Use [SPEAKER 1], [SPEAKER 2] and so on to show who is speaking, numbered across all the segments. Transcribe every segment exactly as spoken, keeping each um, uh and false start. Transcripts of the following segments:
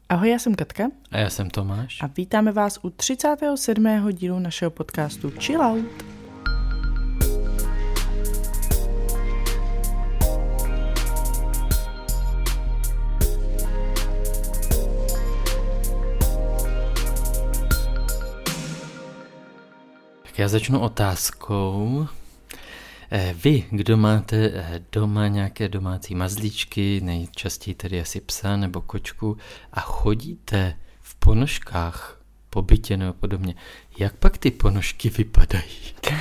[SPEAKER 1] Ahoj, já jsem Katka.
[SPEAKER 2] A já jsem Tomáš.
[SPEAKER 1] A vítáme vás u třicátého sedmého dílu našeho podcastu Chill Out.
[SPEAKER 2] Tak já začnu otázkou. Vy, kdo máte doma nějaké domácí mazlíčky, nejčastěji tedy asi psa nebo kočku, a chodíte v ponožkách po bytě nebo podobně, jak pak ty ponožky vypadají?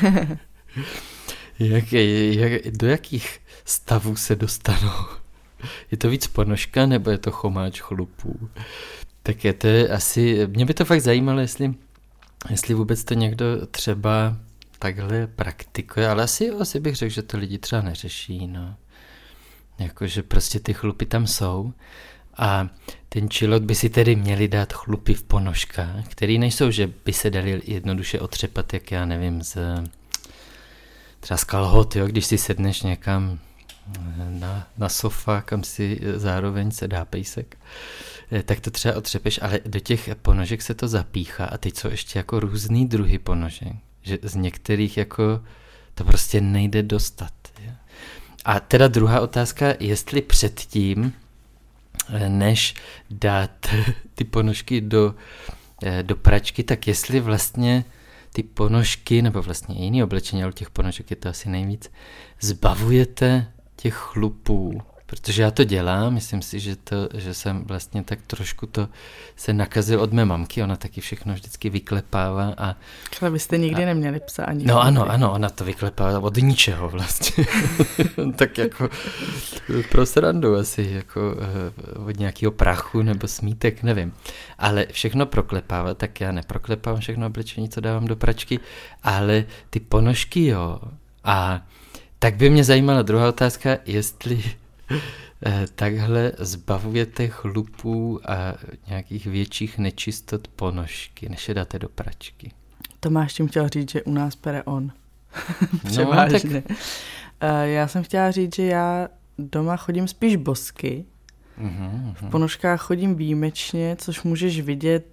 [SPEAKER 2] jak, jak, do jakých stavů se dostanou? Je to víc ponožka nebo je to chomáč chlupů? Tak je to asi, mě by to fakt zajímalo, jestli, jestli vůbec to někdo třeba takhle praktikuje, ale asi, asi bych řekl, že to lidi třeba neřeší, no. Jakože prostě ty chlupy tam jsou a ten chillout by si tedy měli dát chlupy v ponožkách, který nejsou, že by se dali jednoduše otřepat, jak já nevím, z třeba z kalhot, jo, když si sedneš někam na, na sofa, kam si zároveň se dá pejsek, tak to třeba otřepeš, ale do těch ponožek se to zapíchá a teď jsou ještě jako různý druhy ponožek, že z některých jako to prostě nejde dostat. Je. A teda druhá otázka, jestli předtím, než dát ty ponožky do, do pračky, tak jestli vlastně ty ponožky, nebo vlastně jiný oblečení, ale těch ponožek je to asi nejvíc, zbavujete těch chlupů. Protože já to dělám, myslím si, že, to, že jsem vlastně tak trošku to se nakazil od mé mamky, ona taky všechno vždycky vyklepává. A,
[SPEAKER 1] ale vy jste nikdy a, neměli psa ani.
[SPEAKER 2] No ano, nikdy. ano, ona to vyklepává od ničeho vlastně. Tak jako pro srandu asi, jako od nějakého prachu nebo smítek, nevím. Ale všechno proklepává, tak já neproklepávám všechno oblečení, co dávám do pračky, ale ty ponožky jo. A tak by mě zajímala druhá otázka, jestli takhle zbavujete chlupů a nějakých větších nečistot ponožky, než je dáte do pračky.
[SPEAKER 1] Tomáš tím chtěl říct, že u nás pere on.
[SPEAKER 2] Převážně.
[SPEAKER 1] No, tak... Já jsem chtěla říct, že já doma chodím spíš bosky.
[SPEAKER 2] Uhum,
[SPEAKER 1] v ponožkách chodím výjimečně, což můžeš vidět,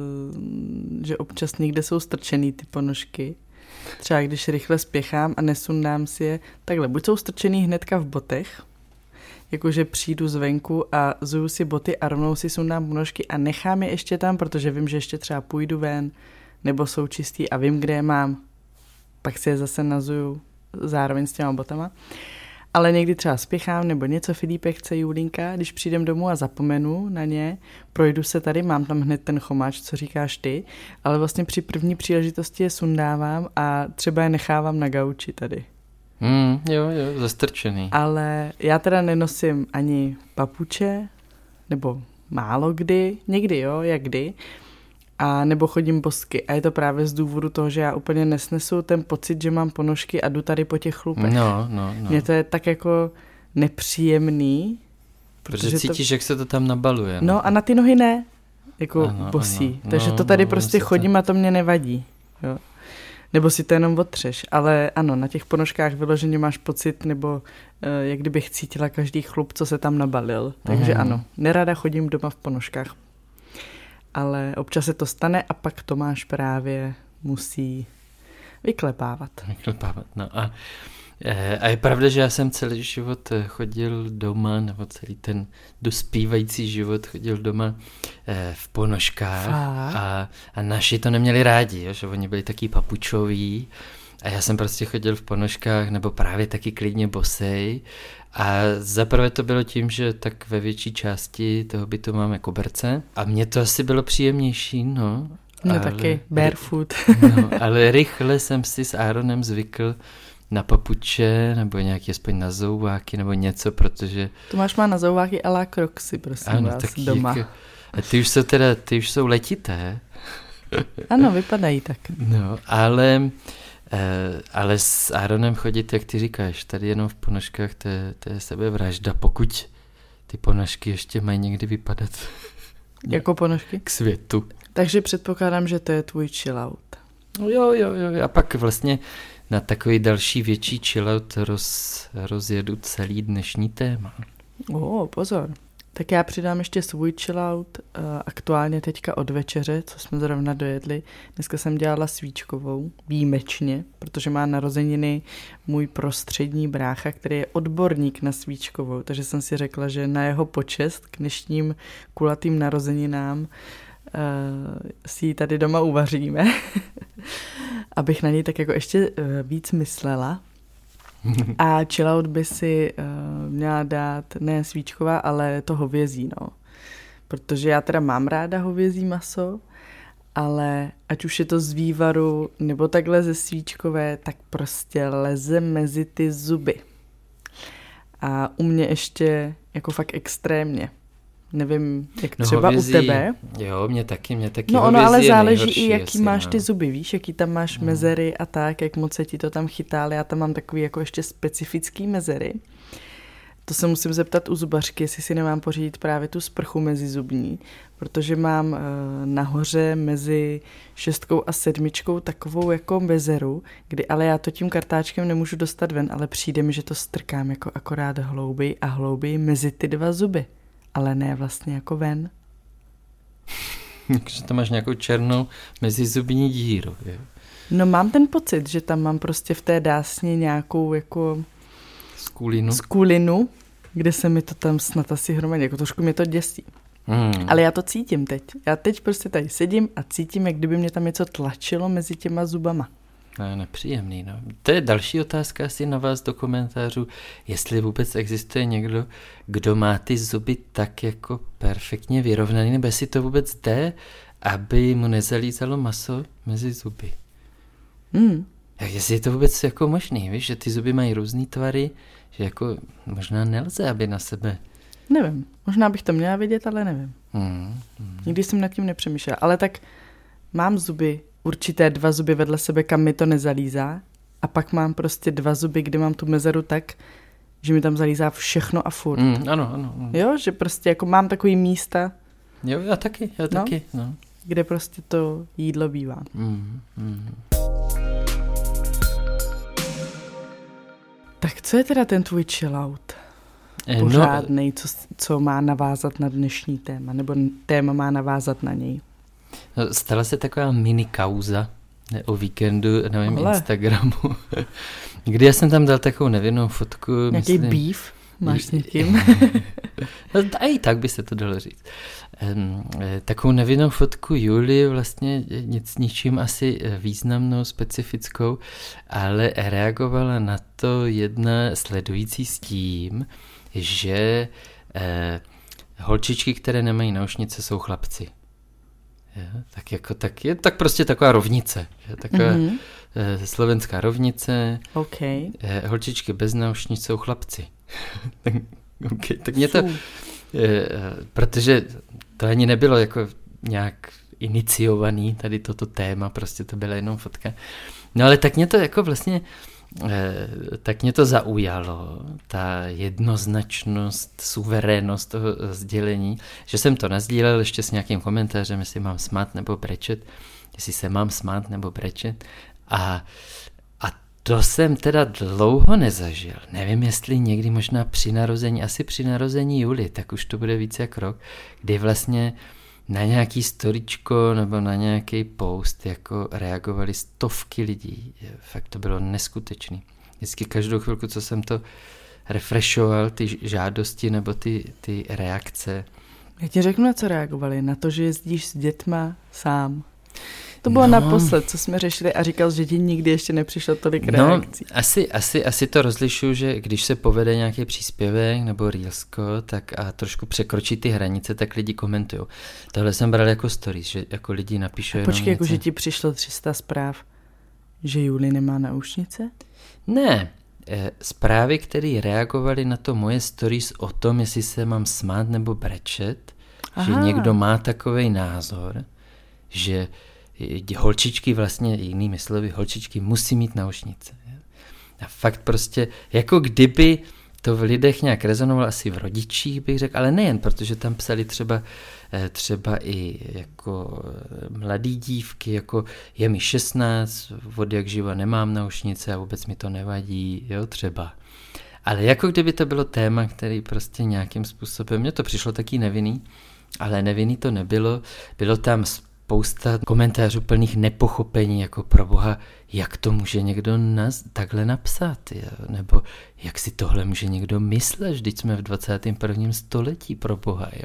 [SPEAKER 1] že občas někde jsou strčený ty ponožky. Třeba když rychle spěchám a nesundám si je, takhle, buď jsou strčený hnedka v botech, jakože přijdu zvenku a zuju si boty a rovnou si sundám ponožky a nechám je ještě tam, protože vím, že ještě třeba půjdu ven, nebo jsou čistý a vím, kde je mám. Pak si je zase nazuju zároveň s těma botama. Ale někdy třeba spěchám, nebo něco Filipek chce, Julínka, když přijdem domů a zapomenu na ně, projdu se tady, mám tam hned ten chomáč, co říkáš ty, ale vlastně při první příležitosti je sundávám a třeba je nechávám na gauči tady.
[SPEAKER 2] Mm, jo, jo, zastrčený.
[SPEAKER 1] Ale já teda nenosím ani papuče, nebo málo kdy, někdy jo, jak kdy, a nebo chodím bosky. A je to právě z důvodu toho, že já úplně nesnesu ten pocit, že mám ponožky a jdu tady po těch chlupech.
[SPEAKER 2] No, no, no.
[SPEAKER 1] Mně to je tak jako nepříjemný.
[SPEAKER 2] Protože, protože cítíš, to... jak se to tam nabaluje.
[SPEAKER 1] No, no a na ty nohy ne, jako ano, bosí.
[SPEAKER 2] Ano.
[SPEAKER 1] Takže
[SPEAKER 2] no,
[SPEAKER 1] to tady
[SPEAKER 2] no,
[SPEAKER 1] prostě chodím to... a to mě nevadí, jo. Nebo si to jenom odtřeš, ale ano, na těch ponožkách vyloženě máš pocit, nebo uh, jak kdybych cítila každý chlup, co se tam nabalil. Takže mm. ano, nerada chodím doma v ponožkách. Ale občas se to stane a pak Tomáš právě musí vyklepávat.
[SPEAKER 2] Vyklepávat, no a, a je pravda, že já jsem celý život chodil doma, nebo celý ten dospívající život chodil doma v ponožkách a, a naši to neměli rádi, jo, že oni byli taky papučoví a já jsem prostě chodil v ponožkách nebo právě taky klidně bosej a zaprvé to bylo tím, že tak ve větší části toho bytu máme koberce a mně to asi bylo příjemnější, no.
[SPEAKER 1] No ale, taky, barefoot.
[SPEAKER 2] No, ale rychle jsem si s Aaronem zvykl na papuče, nebo nějaký aspoň na zouváky, nebo něco, protože...
[SPEAKER 1] Tomáš má na zouváky a la Crocsy, prosím
[SPEAKER 2] ano,
[SPEAKER 1] vás, doma.
[SPEAKER 2] Jako, a ty už jsou teda, ty už jsou letité.
[SPEAKER 1] Ano, vypadají tak.
[SPEAKER 2] No, ale, eh, ale s Aaronem chodit, jak ty říkáš, tady jenom v ponožkách, to je, to je sebevražda, pokud ty ponožky ještě mají někdy vypadat.
[SPEAKER 1] Jako ponožky?
[SPEAKER 2] K světu.
[SPEAKER 1] Takže předpokládám, že to je tvůj chillout.
[SPEAKER 2] No jo, jo, jo, a pak vlastně na takový další větší chillout roz, rozjedu celý dnešní téma.
[SPEAKER 1] O, pozor. Tak já přidám ještě svůj chillout, aktuálně teďka od večeře, co jsme zrovna dojedli. Dneska jsem dělala svíčkovou, výjimečně, protože má narozeniny můj prostřední brácha, který je odborník na svíčkovou, takže jsem si řekla, že na jeho počest k dnešním kulatým narozeninám uh, si ji tady doma uvaříme, abych na něj tak jako ještě uh, víc myslela. A chillout by si uh, měla dát ne svíčková, ale to hovězí, no. Protože já teda mám ráda hovězí maso, ale ať už je to z vývaru nebo takhle ze svíčkové, tak prostě leze mezi ty zuby. A u mě ještě jako fakt extrémně. Nevím, jak
[SPEAKER 2] no
[SPEAKER 1] třeba
[SPEAKER 2] hovězí,
[SPEAKER 1] u tebe.
[SPEAKER 2] Jo, mě taky, mě taky.
[SPEAKER 1] No ono ale záleží
[SPEAKER 2] nejhorší,
[SPEAKER 1] i jaký máš
[SPEAKER 2] no.
[SPEAKER 1] ty zuby, víš, jaký tam máš
[SPEAKER 2] hmm.
[SPEAKER 1] mezery a tak, jak moc se ti to tam chytá, ale já tam mám takový jako ještě specifický mezery. To se musím zeptat u zubařky, jestli si nemám pořídit právě tu sprchu mezi zubní, protože mám uh, nahoře mezi šestkou a sedmičkou takovou jako mezeru, kdy ale já to tím kartáčkem nemůžu dostat ven, ale přijde mi, že to strkám jako akorát hlouběji a hlouběji mezi ty dva zuby. Ale ne vlastně jako ven.
[SPEAKER 2] Takže tam máš nějakou černou mezizubní díru, jo?
[SPEAKER 1] No mám ten pocit, že tam mám prostě v té dásně nějakou jako...
[SPEAKER 2] Skulinu.
[SPEAKER 1] Skulinu, kde se mi to tam snad asi hromadí, jako trošku mě to děsí. Hmm. Ale já to cítím teď. Já teď prostě tady sedím a cítím, jak kdyby mě tam něco tlačilo mezi těma zubama.
[SPEAKER 2] No, nepříjemný, no. To je další otázka asi na vás do komentářů, jestli vůbec existuje někdo, kdo má ty zuby tak jako perfektně vyrovnaný, nebo jestli to vůbec jde, aby mu nezalízalo maso mezi zuby.
[SPEAKER 1] Hmm.
[SPEAKER 2] Jak jestli je to vůbec jako možný, víš, že ty zuby mají různý tvary, že jako možná nelze, aby na sebe...
[SPEAKER 1] Nevím, možná bych to měla vědět, ale nevím.
[SPEAKER 2] Hmm. Hmm.
[SPEAKER 1] Nikdy jsem nad tím nepřemýšlela, ale tak mám zuby, určité dva zuby vedle sebe, kam mi to nezalízá, a pak mám prostě dva zuby, kde mám tu mezeru tak, že mi tam zalízá všechno a furt.
[SPEAKER 2] Mm, ano, ano, ano.
[SPEAKER 1] Jo, že prostě jako mám takový místa.
[SPEAKER 2] Jo, já taky, já
[SPEAKER 1] no,
[SPEAKER 2] taky, no.
[SPEAKER 1] Kde prostě to jídlo bývá.
[SPEAKER 2] Mm, mm.
[SPEAKER 1] Tak co je teda ten tvůj chillout?
[SPEAKER 2] Eh,
[SPEAKER 1] Pořádnej,
[SPEAKER 2] no,
[SPEAKER 1] co, co má navázat na dnešní téma, nebo téma má navázat na něj?
[SPEAKER 2] No, stala se taková mini kauza o víkendu na mém Ale. Instagramu, kdy já jsem tam dal takovou nevinnou fotku.
[SPEAKER 1] Nějaký myslím, beef máš s někým?
[SPEAKER 2] No, a i tak by se to dalo říct. Um, takovou nevinnou fotku Julie, vlastně nic ničím asi významnou, specifickou, ale reagovala na to jedna sledující s tím, že eh, holčičky, které nemají náušnice, jsou chlapci. Jo, tak jako tak je tak prostě taková rovnice, že? Taková mm-hmm. eh, slovenská rovnice.
[SPEAKER 1] Okay.
[SPEAKER 2] Eh, holčičky bez náušnic jsou chlapci. tak, okay, tak mě to, eh, protože to ani nebylo jako nějak iniciovaný tady toto téma, prostě to byla jenom fotka. No ale tak mě to jako vlastně eh, tak mě to zaujalo, ta jednoznačnost, suverénnost toho sdělení, že jsem to nasdílel ještě s nějakým komentářem, jestli mám smát nebo brečet, jestli se mám smát nebo brečet a, a to jsem teda dlouho nezažil. Nevím, jestli někdy možná při narození, asi při narození Julie, tak už to bude více jak rok, kdy vlastně na nějaký storičko nebo na nějaký post jako reagovali stovky lidí. Fakt to bylo neskutečný. Vždycky každou chvilku, co jsem to refreshoval, ty žádosti nebo ty, ty reakce.
[SPEAKER 1] Já ti řeknu, na co reagovali. Na to, že jezdíš s dětma sám. To bylo no, naposled, co jsme řešili a říkal, že ti nikdy ještě nepřišlo tolik
[SPEAKER 2] no,
[SPEAKER 1] reakcí.
[SPEAKER 2] Asi, asi, asi to rozlišuju, že když se povede nějaký příspěvek nebo reelsko, tak a trošku překročí ty hranice, tak lidi komentují. Tohle jsem bral jako stories, že jako lidi napíšou jenom
[SPEAKER 1] Počkej, jako že ti přišlo tři sta zpráv, že Julie nemá náušnice?
[SPEAKER 2] Ne, e, zprávy, které reagovaly na to moje stories o tom, jestli se mám smát nebo brečet, Aha. že někdo má takovej názor, že holčičky vlastně, jinými slovy, holčičky musí mít náušnice. A fakt prostě, jako kdyby to v lidech nějak rezonovalo, asi v rodičích bych řekl, ale nejen, protože tam psali třeba, třeba i jako mladý dívky, jako je mi šestnáct, od jak živa nemám náušnice a vůbec mi to nevadí, jo, třeba. ale jako kdyby to bylo téma, který prostě nějakým způsobem, mně to přišlo taky nevinný, ale nevinný to nebylo, bylo tam spousta komentářů plných nepochopení, jako pro boha, jak to může někdo naz- takhle napsat, jo? Nebo jak si tohle může někdo myslet, vždyť jsme v dvacátém prvním století, pro boha. Jo?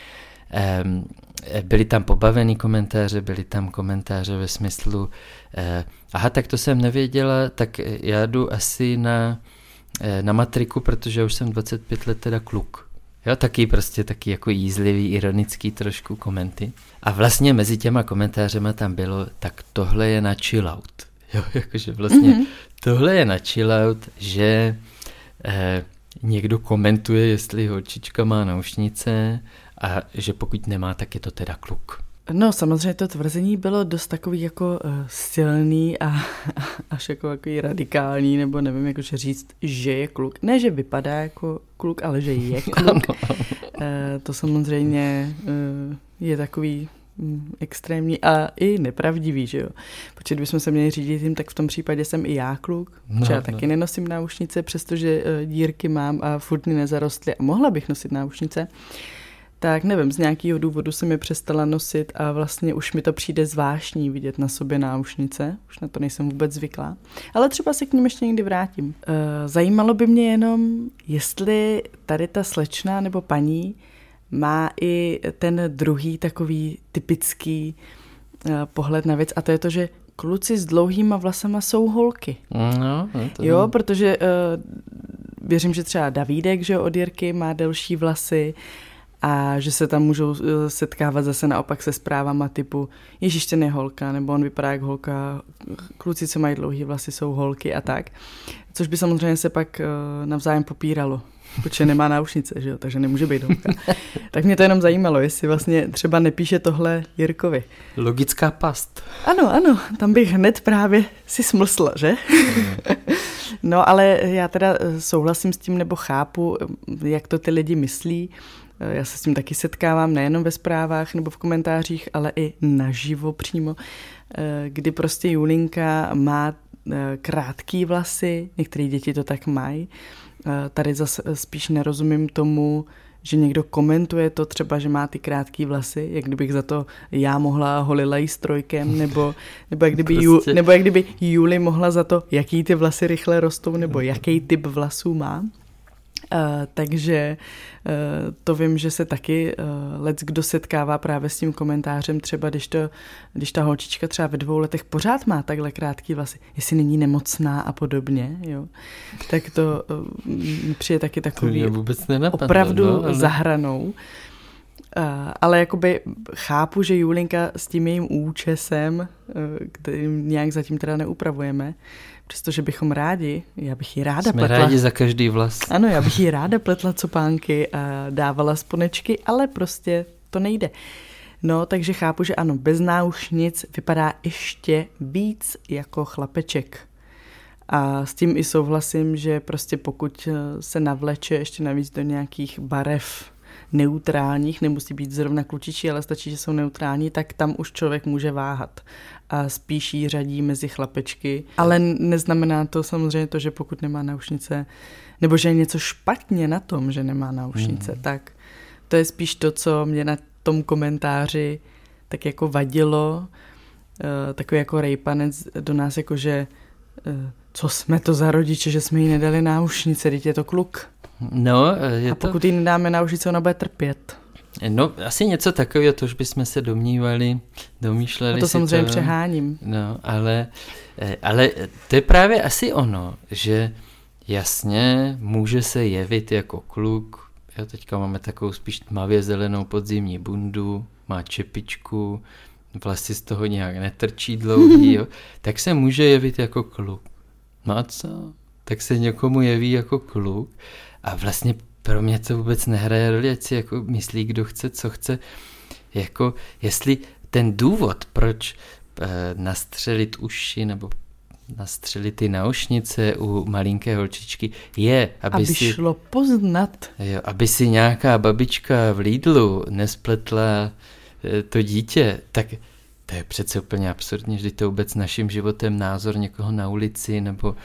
[SPEAKER 2] Um, byly tam pobavený komentáře, byly tam komentáře ve smyslu uh, aha, tak to jsem nevěděla, tak já jdu asi na, uh, na matriku, protože už jsem dvacet pět let teda kluk. Jo, taky prostě taky jako jízlivý, ironický trošku komenty. A vlastně mezi těma komentářema tam bylo, tak tohle je na chillout. Jo, jakože vlastně mm-hmm. tohle je na chillout, že eh, někdo komentuje, jestli holčička má náušnice a že pokud nemá, tak je to teda kluk.
[SPEAKER 1] No samozřejmě to tvrzení bylo dost takový jako uh, silný a až jako takový radikální, nebo nevím, jakože říct, že je kluk. Ne, že vypadá jako kluk, ale že je kluk. uh, to samozřejmě uh, je takový um, extrémní a i nepravdivý, že jo. Protože kdybychom se měli řídit tím, tak v tom případě jsem i já kluk. No, já no. taky nenosím náušnice, přestože uh, dírky mám a furt mi nezarostly a mohla bych nosit náušnice. Tak nevím, z nějakého důvodu jsem je přestala nosit a vlastně už mi to přijde zvláštní vidět na sobě náušnice. Už na to nejsem vůbec zvyklá. Ale třeba se k ním ještě někdy vrátím. Zajímalo by mě jenom, jestli tady ta slečna nebo paní má i ten druhý takový typický pohled na věc a to je to, že kluci s dlouhýma vlasama jsou holky.
[SPEAKER 2] No, to
[SPEAKER 1] jo, je. Protože věřím, že třeba Davídek, že od Jirky má delší vlasy, a že se tam můžou setkávat zase naopak se zprávama typu Ježíš, ten je holka, nebo on vypadá jak holka, kluci, co mají dlouhý vlasy, jsou holky a tak. Což by samozřejmě se pak navzájem popíralo, protože nemá náušnice, že jo, takže nemůže být holka. Tak mě to jenom zajímalo, jestli vlastně třeba nepíše tohle Jirkovi.
[SPEAKER 2] Logická past.
[SPEAKER 1] Ano, ano, tam bych hned právě si smlsla, že? No, ale já teda souhlasím s tím, nebo chápu, jak to ty lidi myslí. Já se s tím taky setkávám nejenom ve zprávách nebo v komentářích, ale i naživo přímo, kdy prostě Julinka má krátký vlasy, některé děti to tak mají. Tady zase spíš nerozumím tomu, že někdo komentuje to třeba, že má ty krátký vlasy, jak kdybych za to já mohla holila jí strojkem, nebo, nebo, jak kdyby prostě. Ju, nebo jak kdyby Juli mohla za to, jaký ty vlasy rychle rostou, nebo jaký typ vlasů má. Uh, takže uh, to vím, že se taky uh, lec kdo setkává právě s tím komentářem, třeba když, to, když ta holčička třeba ve dvou letech pořád má takhle krátký vlasy, jestli není nemocná a podobně, jo, tak to uh, přijde taky takový
[SPEAKER 2] to vůbec nenapadlo,
[SPEAKER 1] opravdu
[SPEAKER 2] no, ale...
[SPEAKER 1] za hranou. Uh, ale jakoby chápu, že Julinka s tím jejím účesem, uh, kterým nějak zatím teda neupravujeme, přestože bychom rádi, já bych jí ráda
[SPEAKER 2] Jsme
[SPEAKER 1] pletla.
[SPEAKER 2] Jsme rádi za každý vlas.
[SPEAKER 1] Ano, já bych jí ráda pletla copánky a dávala spodečky, ale prostě to nejde. No, takže chápu, že ano, bez náušnic vypadá ještě víc jako chlapeček. A s tím i souhlasím, že prostě pokud se navleče ještě navíc do nějakých barev neutrálních, nemusí být zrovna klučičí, ale stačí, že jsou neutrální, tak tam už člověk může váhat a spíš jí řadí mezi chlapečky. Ale neznamená to samozřejmě to, že pokud nemá náušnice, nebo že je něco špatně na tom, že nemá náušnice, hmm. tak to je spíš to, co mě na tom komentáři tak jako vadilo, takový jako rejpanec do nás, jako že co jsme to za rodiče, že jsme jí nedali náušnice, teď je to kluk.
[SPEAKER 2] No, je
[SPEAKER 1] a pokud to... jí nedáme náušnice, ona bude trpět.
[SPEAKER 2] No, asi něco takového, to už bychom se domnívali, domýšleli.
[SPEAKER 1] A to
[SPEAKER 2] si
[SPEAKER 1] samozřejmě
[SPEAKER 2] to,
[SPEAKER 1] přeháním.
[SPEAKER 2] No, ale, ale to je právě asi ono, že jasně může se jevit jako kluk. Jo, teďka máme takovou spíš tmavě zelenou podzimní bundu, má čepičku, vlasy z toho nějak netrčí dlouhý, jo, tak se může jevit jako kluk. No a co? Tak se někomu jeví jako kluk a vlastně pro mě to vůbec nehraje roli, ať si jako myslí, kdo chce, co chce. Jako, jestli ten důvod, proč e, nastřelit uši nebo nastřelit ty náušnice u malinké holčičky, je, aby,
[SPEAKER 1] aby
[SPEAKER 2] si...
[SPEAKER 1] šlo poznat.
[SPEAKER 2] Jo, aby si nějaká babička v Lidlu nespletla e, to dítě, tak to je přece úplně absurdní, že to vůbec naším životem názor někoho na ulici nebo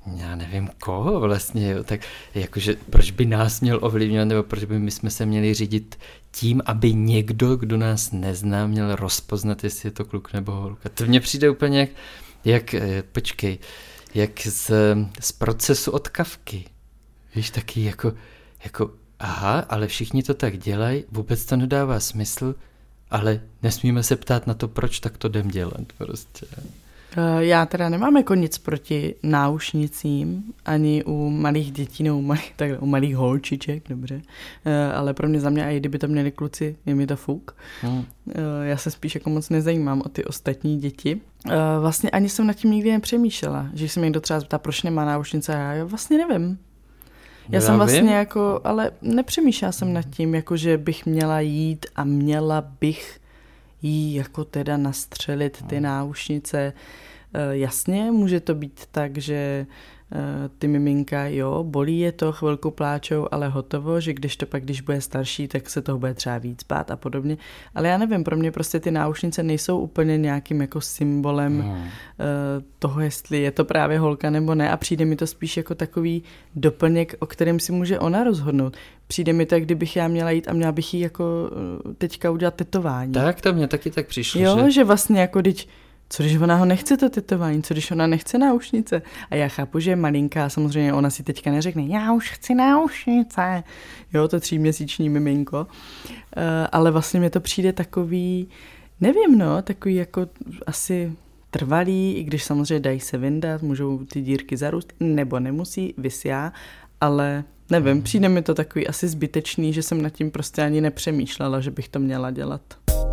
[SPEAKER 2] já nevím koho vlastně, jo, tak jakože proč by nás měl ovlivňovat, nebo proč by my jsme se měli řídit tím, aby někdo, kdo nás nezná, měl rozpoznat, jestli je to kluk nebo holka. To mně přijde úplně jak, jak počkej, jak z, z procesu od Kafky. Víš, taky jako, jako aha, ale všichni to tak dělají, vůbec to nedává smysl, ale nesmíme se ptát na to, proč tak to jdem dělat prostě.
[SPEAKER 1] Já teda nemám jako nic proti náušnicím, ani u malých dětí, nebo u malých, takhle, u malých holčiček, dobře, ale pro mě za mě, a i kdyby to měli kluci, je mi to fuk. Hmm. Já se spíš jako moc nezajímám o ty ostatní děti. Vlastně ani jsem nad tím nikdy nepřemýšlela, že se mi někdo třeba zeptá, proč nemá náušnice, a já vlastně nevím. Já, já jsem vlastně vím. jako, ale nepřemýšlela jsem nad tím, jako že bych měla jít a měla bych jí jako teda nastřelit ty náušnice. Jasně, může to být tak, že ty miminka, jo, bolí je to, chvilku pláčou, ale hotovo, že když to pak, když bude starší, tak se toho bude třeba víc bát a podobně. Ale já nevím, pro mě prostě ty náušnice nejsou úplně nějakým jako symbolem hmm. toho, jestli je to právě holka nebo ne, a přijde mi to spíš jako takový doplněk, o kterém si může ona rozhodnout. Přijde mi to, kdybych já měla jít a měla bych jí jako teďka udělat tetování.
[SPEAKER 2] Tak, to mě taky tak přišlo.
[SPEAKER 1] Jo,
[SPEAKER 2] že,
[SPEAKER 1] že vlastně jako teď co když ona ho nechce to tetování, co když ona nechce náušnice. A já chápu, že je malinká, samozřejmě ona si teďka neřekne, já už chci náušnice. Jo, to tříměsíční miminko. Uh, ale vlastně mi to přijde takový, nevím, no, takový jako asi trvalý, i když samozřejmě dají se vyndat, můžou ty dírky zarůst, nebo nemusí, vys já, ale nevím, hmm. přijde mi to takový asi zbytečný, že jsem nad tím prostě ani nepřemýšlela, že bych to měla dělat.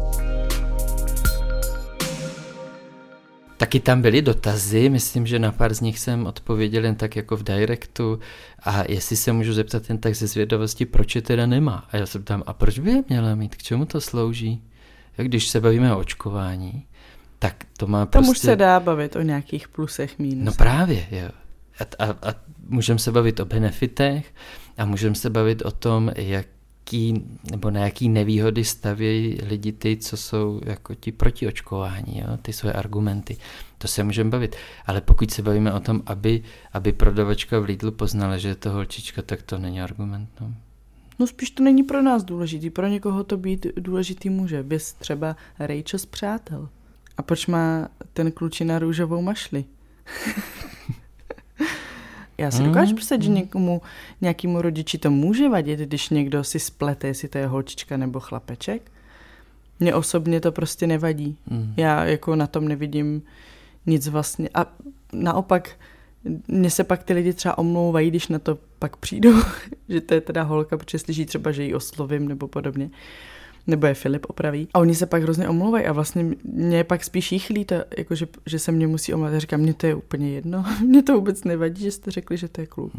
[SPEAKER 2] Taky tam byly dotazy, myslím, že na pár z nich jsem odpověděl jen tak jako v directu, a jestli se můžu zeptat jen tak ze zvědavosti, proč je teda nemá. A já se ptám, a proč by je měla mít, k čemu to slouží? Když se bavíme o očkování, tak to má
[SPEAKER 1] Tam
[SPEAKER 2] prostě...
[SPEAKER 1] už se dá bavit o nějakých plusech, mínusech.
[SPEAKER 2] No právě, jo. A, a, a můžeme se bavit o benefitech a můžeme se bavit o tom, jak nebo na jaký nevýhody stavějí lidi ty, co jsou jako ti proti očkování, jo? Ty svoje argumenty. To se můžeme bavit. Ale pokud se bavíme o tom, aby, aby prodavačka v Lidlu poznala, že je to holčička, tak to není argument. No,
[SPEAKER 1] no spíš to není pro nás důležitý. Pro někoho to být důležitý může. Bys třeba Rachel z Přátel. A proč má ten klučina růžovou mašli? Já si dokážu představit, že někomu, nějakému rodiči to může vadit, když někdo si splete, jestli to je holčička nebo chlapeček. Mně osobně to prostě nevadí. Mm. Já jako na tom nevidím nic vlastně. A naopak, mně se pak ty lidi třeba omlouvají, když na to pak přijdou, že to je teda holka, protože slyší třeba, že ji oslovím nebo podobně. Nebo je Filip opraví. A oni se pak hrozně omlouvají a vlastně mě pak spíš jíchlí to, jako že, že se mě musí omlouvat. Já říkám, mně to je úplně jedno. Mně to vůbec nevadí, že jste řekli, že to je kluk.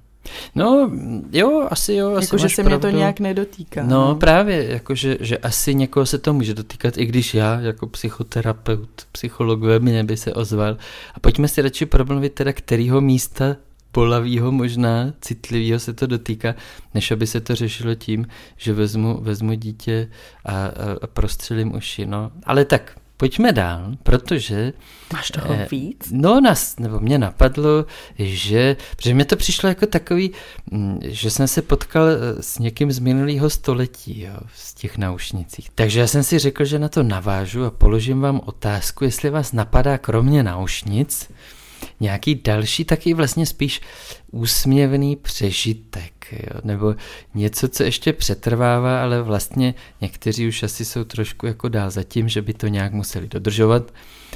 [SPEAKER 2] No, jo, asi jo. Asi
[SPEAKER 1] jakože se
[SPEAKER 2] pravdu.
[SPEAKER 1] mě to nějak nedotýká.
[SPEAKER 2] No, no. Právě, jakože že asi někoho se to může dotýkat, i když já jako psychoterapeut, psycholog ve mně by se ozval. A pojďme si radši promluvit teda, kterýho místa bolavýho, možná citlivýho se to dotýká, než aby se to řešilo tím, že vezmu, vezmu dítě a, a, a prostřelím uši. No. Ale tak, pojďme dál, protože...
[SPEAKER 1] Máš toho eh, víc?
[SPEAKER 2] No, nás, nebo mě napadlo, že... Protože mě to přišlo jako takový, že jsem se potkal s někým z minulého století, jo, z těch náušnicích. Takže já jsem si řekl, že na to navážu a položím vám otázku, jestli vás napadá kromě náušnic nějaký další, taky vlastně spíš úsměvný přežitek, jo? Nebo něco, co ještě přetrvává, ale vlastně někteří už asi jsou trošku jako dál za tím, že by to nějak museli dodržovat,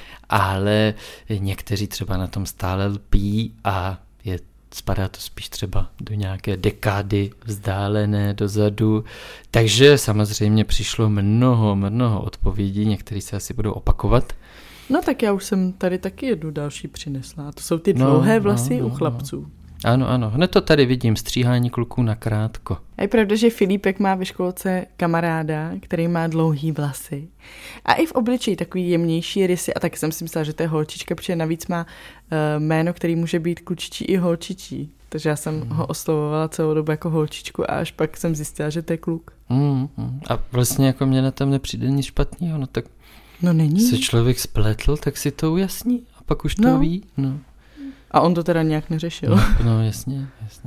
[SPEAKER 2] ale někteří třeba na tom stále lpí a je, spadá to spíš třeba do nějaké dekády vzdálené dozadu. Takže samozřejmě přišlo mnoho, mnoho odpovědí, některé se asi budou opakovat.
[SPEAKER 1] No tak já už jsem tady taky jednu další přinesla. To jsou ty dlouhé vlasy no, no, u chlapců.
[SPEAKER 2] No. Ano, ano. Hned to tady vidím. Stříhání kluků na krátko.
[SPEAKER 1] A je pravda, že Filipek má ve školce kamaráda, který má dlouhý vlasy. A i v obličeji takový jemnější rysy. A taky jsem si myslela, že to je holčička, protože navíc má uh, jméno, který může být klučičí i holčičí. Takže já jsem hmm. ho oslovovala celou dobu jako holčičku a až pak jsem zjistila, že to je kluk.
[SPEAKER 2] Hmm, hmm. A vlastně jako mě na tom nepřijde nic špatného. No tak
[SPEAKER 1] no není.
[SPEAKER 2] Se člověk spletl, tak si to ujasní a pak už to
[SPEAKER 1] no.
[SPEAKER 2] ví. No.
[SPEAKER 1] A on to teda nějak neřešil.
[SPEAKER 2] No, no jasně, jasně.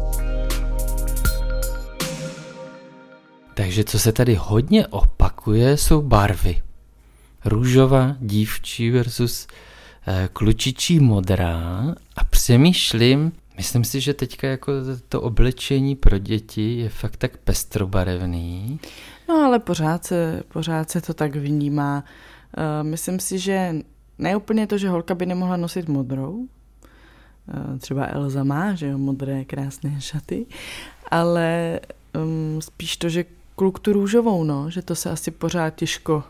[SPEAKER 2] Takže co se tady hodně opakuje, jsou barvy. Růžová, dívčí versus eh, klučičí modrá a přemýšlím, myslím si, že teďka jako to oblečení pro děti je fakt tak pestrobarevný.
[SPEAKER 1] No ale pořád se, pořád se to tak vnímá. Uh, myslím si, že ne úplně to, že holka by nemohla nosit modrou. Uh, třeba Elza má, že jo, modré krásné šaty. Ale um, spíš to, že kluk tu růžovou, no, že to se asi pořád těžko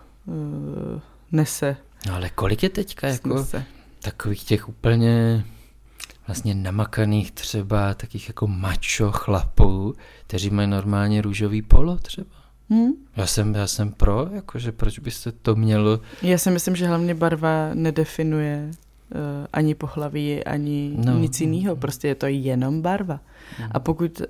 [SPEAKER 1] uh, nese.
[SPEAKER 2] No ale kolik je teďka jako
[SPEAKER 1] Snese.
[SPEAKER 2] takových těch úplně vlastně namakaných třeba takých jako macho chlapů, kteří mají normálně růžový polo třeba?
[SPEAKER 1] Hmm?
[SPEAKER 2] Já jsem, já jsem pro, jakože proč byste to mělo...
[SPEAKER 1] Já si myslím, že hlavně barva nedefinuje uh, ani pohlaví, ani
[SPEAKER 2] no.
[SPEAKER 1] nic jiného. Prostě je to jenom barva.
[SPEAKER 2] Mm.
[SPEAKER 1] A pokud uh,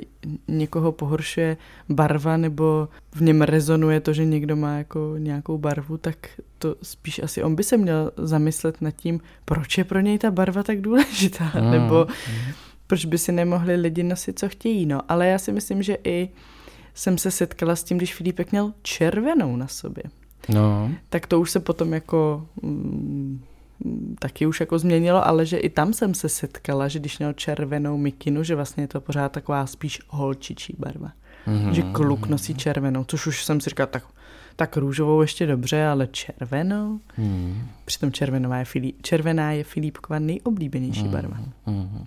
[SPEAKER 1] někoho pohoršuje barva nebo v něm rezonuje to, že někdo má jako nějakou barvu, tak to spíš asi on by se měl zamyslet nad tím, proč je pro něj ta barva tak důležitá. Mm. Nebo mm. proč by si nemohli lidi nosit, co chtějí. No. Ale já si myslím, že i jsem se setkala s tím, když Filipek měl červenou na sobě.
[SPEAKER 2] No.
[SPEAKER 1] Tak to už se potom jako mm, taky už jako změnilo, ale že i tam jsem se setkala, že když měl červenou mikinu, že vlastně je to pořád taková spíš holčičí barva. Mm-hmm. Že kluk nosí červenou, což už jsem si říkala, tak, tak růžovou ještě dobře, ale červenou. Mm. Přitom červená je, Filip, červená je Filipkova nejoblíbenější mm. barva.
[SPEAKER 2] Mm.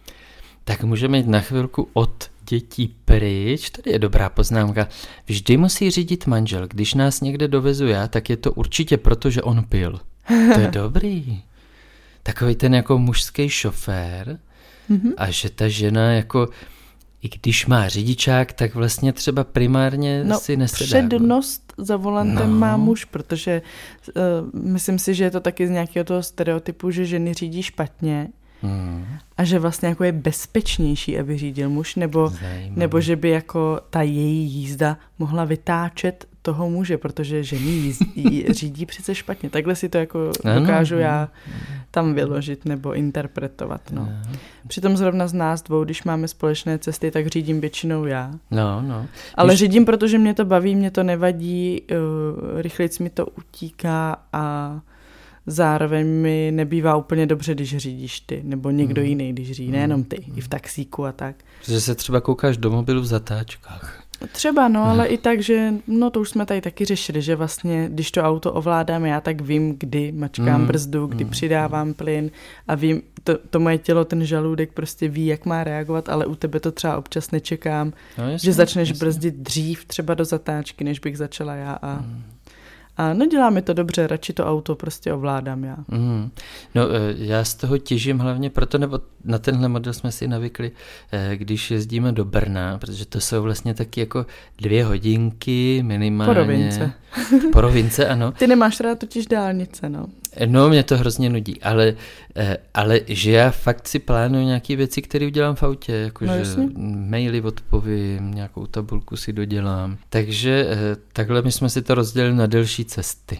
[SPEAKER 2] Tak můžeme jít na chvilku od dětí pryč. Tady je dobrá poznámka. Vždy musí řídit manžel. Když nás někde dovezu já, tak je to určitě proto, že on pil. To je dobrý. Takový ten jako mužský šofér mm-hmm. a že ta žena jako, i když má řidičák, tak vlastně třeba primárně
[SPEAKER 1] no,
[SPEAKER 2] si nesedá.
[SPEAKER 1] Přednost za volantem
[SPEAKER 2] no.
[SPEAKER 1] má muž, protože uh, myslím si, že je to taky z nějakého toho stereotypu, že ženy řídí špatně. Hmm. A že vlastně jako je bezpečnější, aby řídil muž, nebo, nebo že by jako ta její jízda mohla vytáčet toho muže, protože ženy jízdí, řídí přece špatně. Takhle si to jako ano, dokážu ano. já tam vyložit nebo interpretovat. No. Přitom zrovna z nás dvou, když máme společné cesty, tak řídím většinou já.
[SPEAKER 2] No, no.
[SPEAKER 1] Ale
[SPEAKER 2] Když...
[SPEAKER 1] řídím, protože mě to baví, mě to nevadí, uh, rychlejc mi to utíká a zároveň mi nebývá úplně dobře, když řídíš ty, nebo někdo mm. jiný, když řídí, nejenom ty, mm. i v taxíku a tak.
[SPEAKER 2] Protože se třeba koukáš do mobilu v zatáčkách.
[SPEAKER 1] Třeba, no, ale i tak, že, no to už jsme tady taky řešili, že vlastně, když to auto ovládám já, tak vím, kdy mačkám mm. brzdu, kdy mm. přidávám plyn a vím, to, to moje tělo, ten žaludek prostě ví, jak má reagovat, ale u tebe to třeba občas nečekám, no, jasně, že začneš jasně. brzdit dřív třeba do zatáčky, než bych začala já a... Mm. A nedělá mi to dobře, radši to auto prostě ovládám já. Mm.
[SPEAKER 2] No já z toho těžím hlavně proto, nebo na tenhle model jsme si navykli, když jezdíme do Brna, protože to jsou vlastně taky jako dvě hodinky minimálně.
[SPEAKER 1] Po rovince.
[SPEAKER 2] Po rovince, ano.
[SPEAKER 1] Ty nemáš rád totiž dálnice, no.
[SPEAKER 2] No, mě to hrozně nudí, ale, ale že já fakt si plánuju nějaké věci, které udělám v autě, jakože no, maily odpovím, nějakou tabulku si dodělám. Takže takhle my jsme si to rozdělili na delší cesty.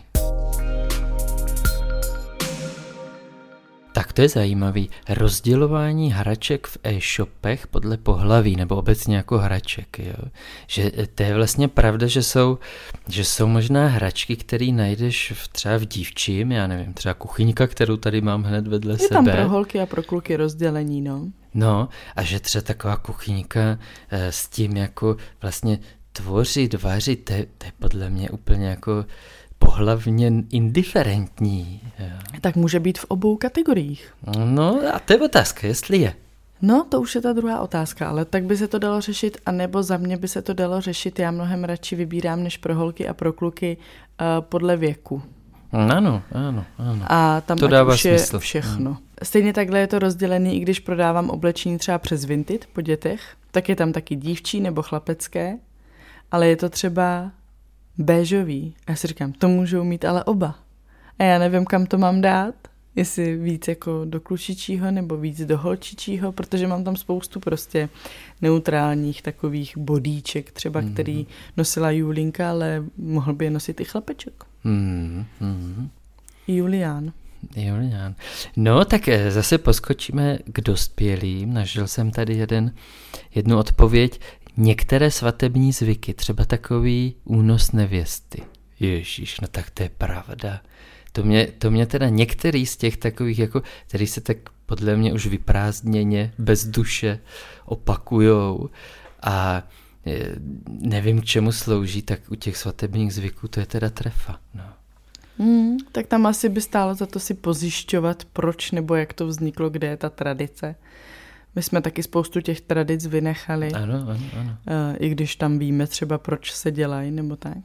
[SPEAKER 2] Tak to je zajímavý. Rozdělování hraček v e-shopech podle pohlaví, nebo obecně jako hraček. Jo? Že to je vlastně pravda, že jsou, že jsou možná hračky, které najdeš v, třeba v dívčím, já nevím, třeba kuchyňka, kterou tady mám hned vedle
[SPEAKER 1] je
[SPEAKER 2] sebe.
[SPEAKER 1] Je tam pro holky a pro kluky rozdělení, no.
[SPEAKER 2] No a že třeba taková kuchyňka e, s tím jako vlastně tvořit, vařit, to je, to je podle mě úplně jako pohlavně indiferentní. Jo.
[SPEAKER 1] Tak může být v obou kategoriích.
[SPEAKER 2] No a to je otázka, jestli je.
[SPEAKER 1] No, to už je ta druhá otázka, ale tak by se to dalo řešit, anebo za mě by se to dalo řešit, já mnohem radši vybírám než pro holky a pro kluky uh, podle věku.
[SPEAKER 2] Ano, ano, ano.
[SPEAKER 1] A tam
[SPEAKER 2] to
[SPEAKER 1] dává už
[SPEAKER 2] smysl.
[SPEAKER 1] Je všechno. Hmm. Stejně takhle je to rozdělený, i když prodávám oblečení třeba přes Vinted po dětech, tak je tam taky dívčí nebo chlapecké, ale je to třeba béžový. A já si říkám, to můžou mít ale oba. A já nevím, kam to mám dát, jestli víc jako do klučičího nebo víc do holčičího, protože mám tam spoustu prostě neutrálních takových bodíček, třeba mm. který nosila Julinka, ale mohl by je nosit i chlapeček.
[SPEAKER 2] Mm. Mm.
[SPEAKER 1] Julián.
[SPEAKER 2] Julián. No, tak zase poskočíme k dospělým. Našel jsem tady jeden, jednu odpověď. Některé svatební zvyky, třeba takový únos nevěsty. Ježíš, no tak to je pravda. To mě, to mě teda některý z těch takových, jako, který se tak podle mě už vyprázdněně, bez duše opakujou a nevím, k čemu slouží, tak u těch svatebních zvyků to je teda trefa. No.
[SPEAKER 1] Hmm, tak tam asi by stálo za to si pozjišťovat, proč nebo jak to vzniklo, kde je ta tradice. My jsme taky spoustu těch tradic vynechali,
[SPEAKER 2] ano, ano, ano.
[SPEAKER 1] I když tam víme třeba, proč se dělají nebo tak.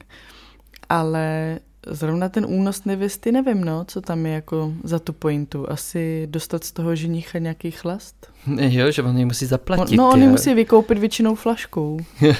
[SPEAKER 1] Ale zrovna ten únos nevěsty, nevím, no, co tam je jako za tu pointu. Asi dostat z toho ženicha nějaký chlast?
[SPEAKER 2] Jo, že on ji musí zaplatit.
[SPEAKER 1] No, on ji
[SPEAKER 2] jo.
[SPEAKER 1] musí vykoupit většinou flaškou.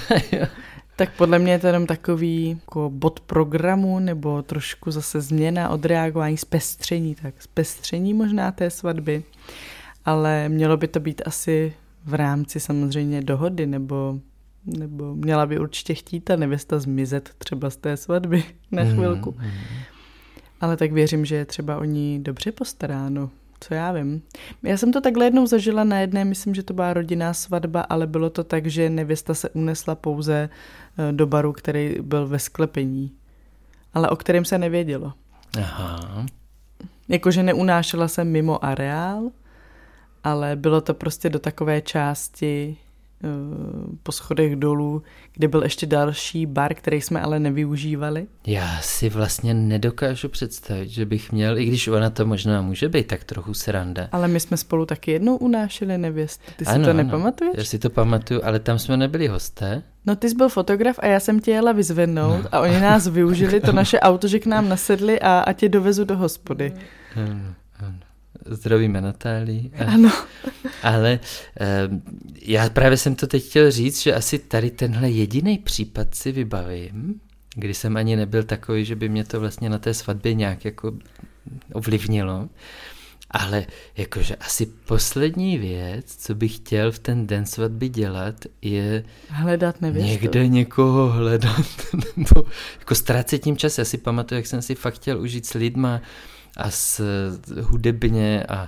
[SPEAKER 1] Tak podle mě je to jenom takový jako bod programu, nebo trošku zase změna, odreagování, zpestření, tak zpestření možná té svatby. Ale mělo by to být asi v rámci samozřejmě dohody, nebo, nebo měla by určitě chtít ta nevěsta zmizet třeba z té svatby na chvilku. Mm, mm. Ale tak věřím, že je třeba o ní dobře postaráno, co já vím. Já jsem to takhle jednou zažila na jedné, myslím, že to byla rodinná svatba, ale bylo to tak, že nevěsta se unesla pouze do baru, který byl ve sklepení, ale o kterém se nevědělo.
[SPEAKER 2] Aha.
[SPEAKER 1] Jakože neunášela se mimo areál, ale bylo to prostě do takové části uh, po schodech dolů, kde byl ještě další bar, který jsme ale nevyužívali.
[SPEAKER 2] Já si vlastně nedokážu představit, že bych měl, i když ona to možná může být tak trochu sranda.
[SPEAKER 1] Ale my jsme spolu taky jednou unášeli nevěstu. Ty si
[SPEAKER 2] ano,
[SPEAKER 1] to
[SPEAKER 2] ano.
[SPEAKER 1] Nepamatuješ?
[SPEAKER 2] Já si to pamatuju, ale tam jsme nebyli hosté.
[SPEAKER 1] No ty jsi byl fotograf a já jsem tě jela vyzvednout no. A oni nás využili, to naše auto, že k nám nasedli a, a tě dovezu do hospody.
[SPEAKER 2] Ano, ano. Zdravíme Natálii.
[SPEAKER 1] Ano.
[SPEAKER 2] Ale um, já právě jsem to teď chtěl říct, že asi tady tenhle jediný případ si vybavím, kdy jsem ani nebyl takový, že by mě to vlastně na té svatbě nějak jako ovlivnilo. Ale jakože asi poslední věc, co bych chtěl v ten den svatby dělat, je
[SPEAKER 1] hledat nevěstu.
[SPEAKER 2] Někde někoho hledat, nebo jako ztrácet tím čas. Já si pamatuju, jak jsem si fakt chtěl užít s lidma a s hudebně a, a,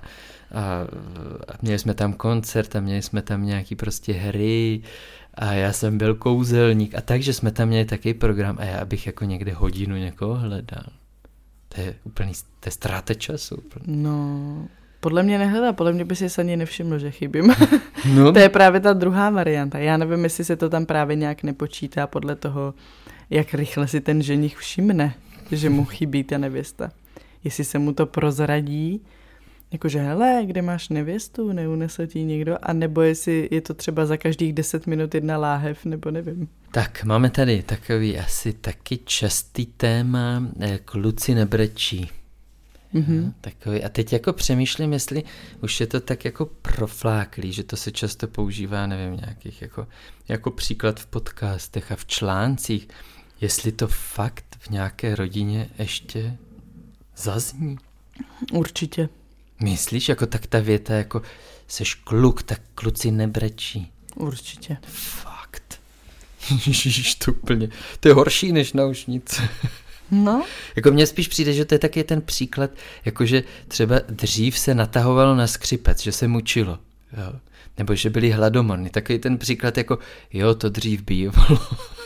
[SPEAKER 2] a měli jsme tam koncert a měli jsme tam nějaký prostě hry a já jsem byl kouzelník a takže jsme tam měli takový program a já bych jako někde hodinu někoho hledal. To je úplný, to je ztráta času.
[SPEAKER 1] No, podle mě nehledá, podle mě by si ani nevšiml, že chybím. No. To je právě ta druhá varianta. Já nevím, jestli se to tam právě nějak nepočítá podle toho, jak rychle si ten ženich všimne, že mu chybí ta nevěsta. Jestli se mu to prozradí, jakože hele, kde máš nevěstu, neunesl ti někdo, a nebo jestli je to třeba za každých deset minut jedna láhev, nebo nevím.
[SPEAKER 2] Tak, máme tady takový asi taky častý téma, kluci nebrečí. Mm-hmm. Takový. A teď jako přemýšlím, jestli už je to tak jako profláklý, že to se často používá, nevím, nějakých jako, jako příklad v podcastech a v článcích, jestli to fakt v nějaké rodině ještě zazní.
[SPEAKER 1] Určitě.
[SPEAKER 2] Myslíš, jako tak ta věta, jako seš kluk, tak kluci nebrečí.
[SPEAKER 1] Určitě.
[SPEAKER 2] Fakt. Ježiš, to úplně, to je horší než naušnice.
[SPEAKER 1] No.
[SPEAKER 2] Jako mně spíš přijde, že to je taky ten příklad, jakože třeba dřív se natahovalo na skřipec, že se mučilo. Jo. Nebo že byli hladomorní. Takový ten příklad jako, jo, to dřív bývalo.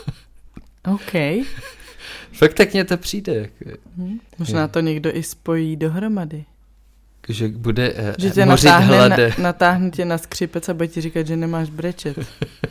[SPEAKER 1] OK.
[SPEAKER 2] Fakt tak mně to přijde. Jako.
[SPEAKER 1] Hmm. Možná je. To někdo i spojí dohromady.
[SPEAKER 2] Že bude uh,
[SPEAKER 1] že tě
[SPEAKER 2] mořit
[SPEAKER 1] natáhne,
[SPEAKER 2] hlade.
[SPEAKER 1] Na, natáhne tě na skřipec a bude ti říkat, že nemáš brečet.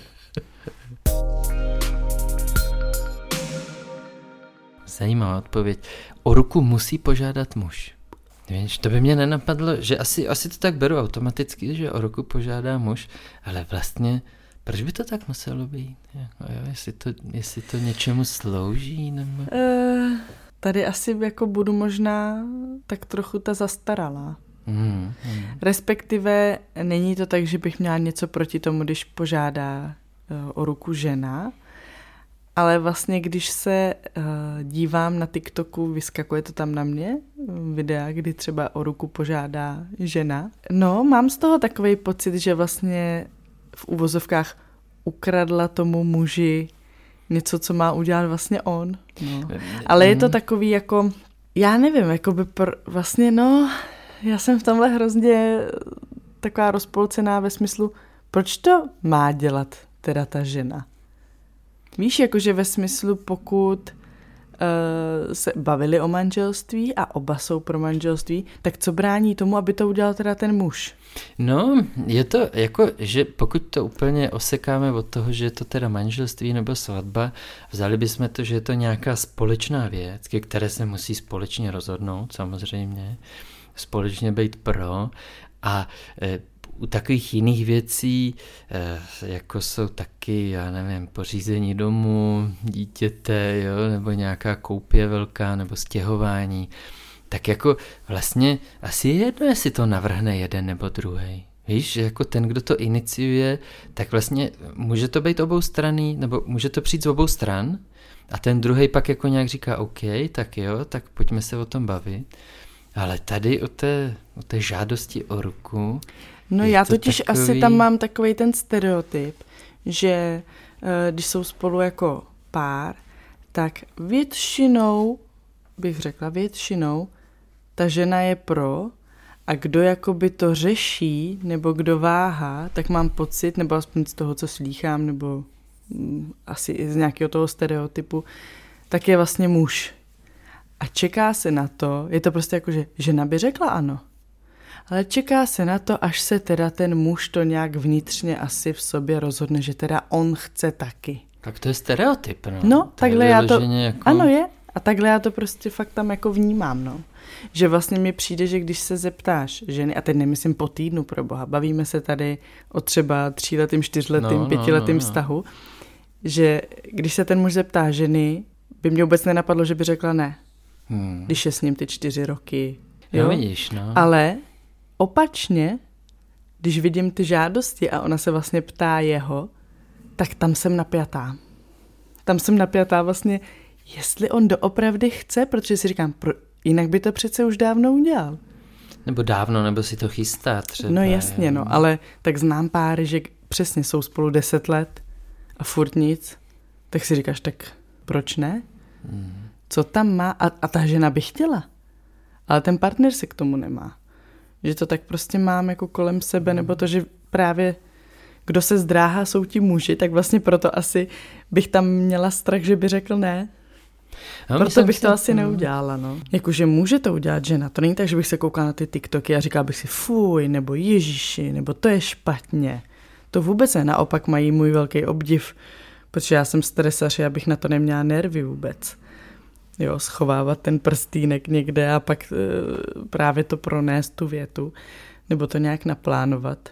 [SPEAKER 2] Zajímavá odpověď. O ruku musí požádat muž. Víš, to by mě nenapadlo, že asi, asi to tak beru automaticky, že o ruku požádá muž, ale vlastně, proč by to tak muselo být? Jako, jo, jestli, to, jestli to něčemu slouží? Nebo...
[SPEAKER 1] Uh, tady asi jako budu možná tak trochu ta zastaralá.
[SPEAKER 2] Hmm, hmm.
[SPEAKER 1] Respektive není to tak, že bych měla něco proti tomu, když požádá uh, o ruku žena, ale vlastně, když se uh, dívám na TikToku, vyskakuje to tam na mě, videa, kdy třeba o ruku požádá žena. No, mám z toho takovej pocit, že vlastně v uvozovkách ukradla tomu muži něco, co má udělat vlastně on. No. Ale je to takový jako, Já nevím, jakoby pro, vlastně no, já jsem v tomhle hrozně taková rozpolcená ve smyslu, proč to má dělat teda ta žena? Víš, jakože ve smyslu, pokud uh, se bavili o manželství a oba jsou pro manželství, tak co brání tomu, aby to udělal teda ten muž?
[SPEAKER 2] No, je to jako, že pokud to úplně osekáme od toho, že je to teda manželství nebo svatba, vzali bychom to, že je to nějaká společná věc, ke které se musí společně rozhodnout, samozřejmě, společně být pro a e, u takových jiných věcí, jako jsou taky, já nevím, pořízení domu, dítěte, jo, nebo nějaká koupě velká, nebo stěhování, tak jako vlastně asi je jedno, jestli to navrhne jeden nebo druhý. Víš, že jako ten, kdo to iniciuje, tak vlastně může to být oboustranný, nebo může to přijít z obou stran a ten druhý pak jako nějak říká, OK, tak jo, tak pojďme se o tom bavit. Ale tady o té, o té žádosti o ruku...
[SPEAKER 1] No já totiž takový... asi tam mám takovej ten stereotyp, že když jsou spolu jako pár, tak většinou, bych řekla většinou, ta žena je pro a kdo jakoby to řeší, nebo kdo váhá, tak mám pocit, nebo aspoň z toho, co slýchám, nebo mm, asi i z nějakého toho stereotypu, tak je vlastně muž. A čeká se na to, je to prostě jako, že žena by řekla ano. Ale čeká se na to, až se teda ten muž to nějak vnitřně asi v sobě rozhodne, že teda on chce taky.
[SPEAKER 2] Tak to je stereotyp, no.
[SPEAKER 1] No,
[SPEAKER 2] to
[SPEAKER 1] takhle já to,
[SPEAKER 2] jako...
[SPEAKER 1] ano je, a takhle já to prostě fakt tam jako vnímám, no. Že vlastně mi přijde, že když se zeptáš ženy, a teď nemyslím po týdnu, pro boha, bavíme se tady o třeba tříletým, čtyřletým, no, pětiletým no, no, vztahu, no. Že když se ten muž zeptá ženy, by mě vůbec nenapadlo, že by řekla ne. Hmm. Když je s ním ty čtyři roky. Jo?
[SPEAKER 2] No vidíš, no.
[SPEAKER 1] Ale opačně, když vidím ty žádosti a ona se vlastně ptá jeho, tak tam jsem napjatá. Tam jsem napjatá vlastně, jestli on doopravdy chce, protože si říkám, pro, jinak by to přece už dávno udělal.
[SPEAKER 2] Nebo dávno, nebo si to chystá třeba.
[SPEAKER 1] No jasně, no, ale tak znám páry, že přesně jsou spolu deset let a furt nic, tak si říkáš, tak proč ne? Hmm. Co tam má? A, a ta žena by chtěla, ale ten partner se k tomu nemá. Že to tak prostě mám jako kolem sebe, nebo to, že právě kdo se zdráhá, jsou ti muži, tak vlastně proto asi bych tam měla strach, že by řekl ne. No, proto bych to asi neudělala, no. Jakože může to udělat žena, to není tak, že bych se koukala na ty TikToky a říkala bych si fuj, nebo ježiši, nebo to je špatně. To vůbec ne, naopak mají můj velký obdiv, protože já jsem stresař, já bych na to neměla nervy vůbec. Jo, schovávat ten prstýnek někde a pak e, právě to pronést tu větu, nebo to nějak naplánovat.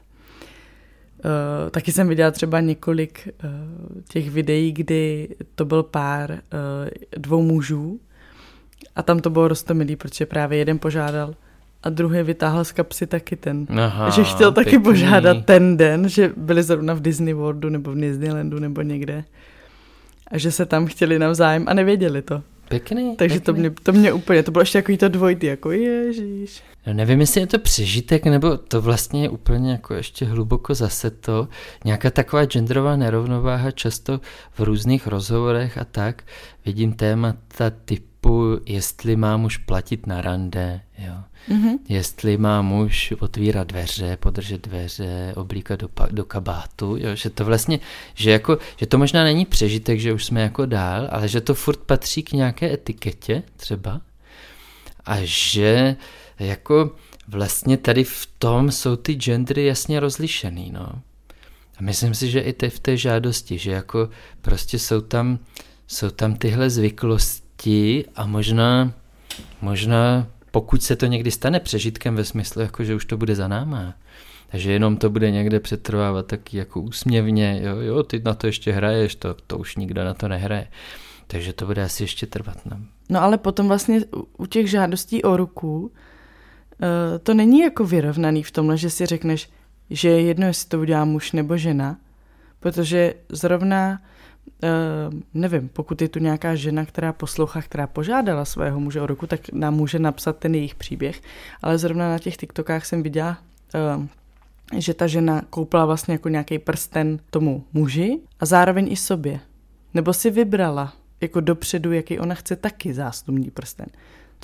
[SPEAKER 1] E, taky jsem viděla třeba několik e, těch videí, kdy to byl pár e, dvou mužů a tam to bylo roztomilý, protože právě jeden požádal a druhý vytáhl z kapsy taky ten. Aha, že chtěl taky pěkný. Požádat ten den, že byli zrovna v Disney Worldu nebo v Disneylandu nebo někde a že se tam chtěli navzájem a nevěděli to.
[SPEAKER 2] Pěkný,
[SPEAKER 1] Takže
[SPEAKER 2] pěkný.
[SPEAKER 1] To, mě, to mě úplně, to bylo ještě takový to dvojitý, jako ježíš.
[SPEAKER 2] No nevím, jestli je to přežitek, nebo to vlastně je úplně jako ještě hluboko zase to. Nějaká taková genderová nerovnováha často v různých rozhovorech a tak. Vidím témata typu, jestli má muž platit na rande, jo. Mm-hmm. Jestli má muž otvírat dveře, podržet dveře, oblíkat do, do kabátu, jo, že to vlastně, že jako, že to možná není přežitek, že už jsme jako dál, ale že to furt patří k nějaké etiketě třeba a že jako vlastně tady v tom jsou ty gendery jasně rozlišený, no. A myslím si, že i te, v té žádosti, že jako prostě jsou tam, jsou tam tyhle zvyklosti a možná, možná pokud se to někdy stane přežitkem ve smyslu, jako že už to bude za náma, takže jenom to bude někde přetrvávat taky jako úsměvně, jo, jo, ty na to ještě hraješ, to, to už nikdo na to nehraje. Takže to bude asi ještě trvat. No,
[SPEAKER 1] no ale potom vlastně u těch žádostí o ruku to není jako vyrovnaný v tomhle, že si řekneš, že je jedno, jestli to udělá muž nebo žena, protože zrovna Uh, nevím, pokud je tu nějaká žena, která poslouchá, která požádala svého muže o ruku, tak nám může napsat ten jejich příběh, ale zrovna na těch TikTokách jsem viděla, uh, že ta žena koupila vlastně jako nějaký prsten tomu muži a zároveň i sobě. Nebo si vybrala jako dopředu, jaký ona chce taky zásnubní prsten.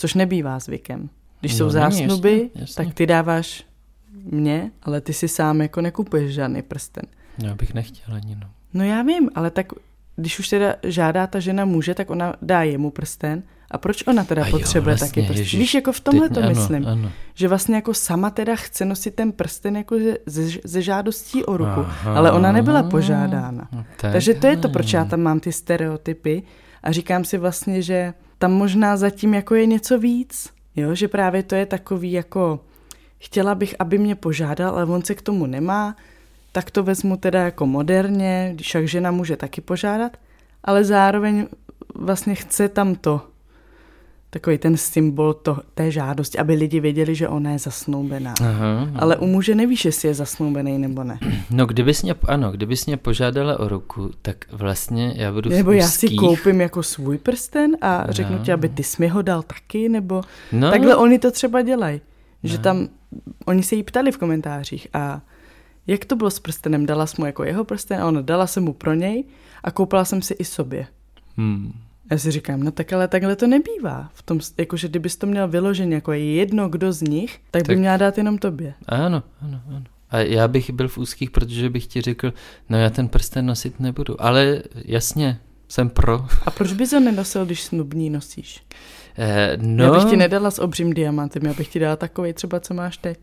[SPEAKER 1] což nebývá zvykem. Když
[SPEAKER 2] No,
[SPEAKER 1] jsou
[SPEAKER 2] není,
[SPEAKER 1] zásnuby,
[SPEAKER 2] jasně, jasně.
[SPEAKER 1] tak ty dáváš mně, ale ty si sám jako nekupuješ žádný prsten.
[SPEAKER 2] Já bych nechtěl ani, no.
[SPEAKER 1] No já vím, ale tak když už teda žádá ta žena muže, tak ona dá jemu prsten. A proč ona teda
[SPEAKER 2] A jo,
[SPEAKER 1] potřebuje
[SPEAKER 2] vlastně,
[SPEAKER 1] taky prsten?
[SPEAKER 2] ježiš,
[SPEAKER 1] Víš, jako v tomhle
[SPEAKER 2] teď-
[SPEAKER 1] to
[SPEAKER 2] ano,
[SPEAKER 1] myslím.
[SPEAKER 2] ano.
[SPEAKER 1] Že vlastně jako sama teda chce nosit ten prsten jako ze, ze, ze žádostí o ruku,
[SPEAKER 2] Aha.
[SPEAKER 1] ale ona nebyla požádána.
[SPEAKER 2] No, tak.
[SPEAKER 1] Takže to je to, proč já tam mám ty stereotypy a říkám si vlastně, že tam možná zatím jako je něco víc, jo, že právě to je takový jako chtěla bych, aby mě požádal, ale on se k tomu nemá, tak to vezmu teda jako moderně, když však žena může taky požádat, ale zároveň vlastně chce tam to, takový ten symbol to, té žádosti, aby lidi věděli, že ona je zasnoubená.
[SPEAKER 2] Aha.
[SPEAKER 1] Ale u muže nevíš, jestli je zasnoubený nebo ne.
[SPEAKER 2] No, kdybys mě, ano, kdybys mě požádala o ruku, tak vlastně já budu
[SPEAKER 1] Nebo
[SPEAKER 2] v
[SPEAKER 1] já si
[SPEAKER 2] úzkých.
[SPEAKER 1] koupím jako svůj prsten a
[SPEAKER 2] No.
[SPEAKER 1] řeknu ti, aby ty jsi mi ho dal taky, nebo
[SPEAKER 2] No,
[SPEAKER 1] takhle oni to třeba dělají. Že
[SPEAKER 2] No.
[SPEAKER 1] tam, oni se jí ptali v komentářích a jak to bylo s prstenem, dala jsem mu jako jeho prsten a ona dala jsem mu pro něj a koupila jsem si i sobě.
[SPEAKER 2] Hmm.
[SPEAKER 1] Já si říkám, no tak ale takhle to nebývá. V tom, jakože kdybys to měl vyloženě jako jedno kdo z nich, tak, tak by
[SPEAKER 2] Tak-
[SPEAKER 1] měla dát jenom tobě.
[SPEAKER 2] Ano, ano, ano. A já bych byl v úzkých, protože bych ti řekl, no já ten prsten nosit nebudu. Ale jasně, jsem pro.
[SPEAKER 1] A proč bys ho nenosil, když snubní nosíš?
[SPEAKER 2] Eh, no,
[SPEAKER 1] Já bych ti nedala s obřím diamantem, já bych ti dala takovej třeba, co máš teď.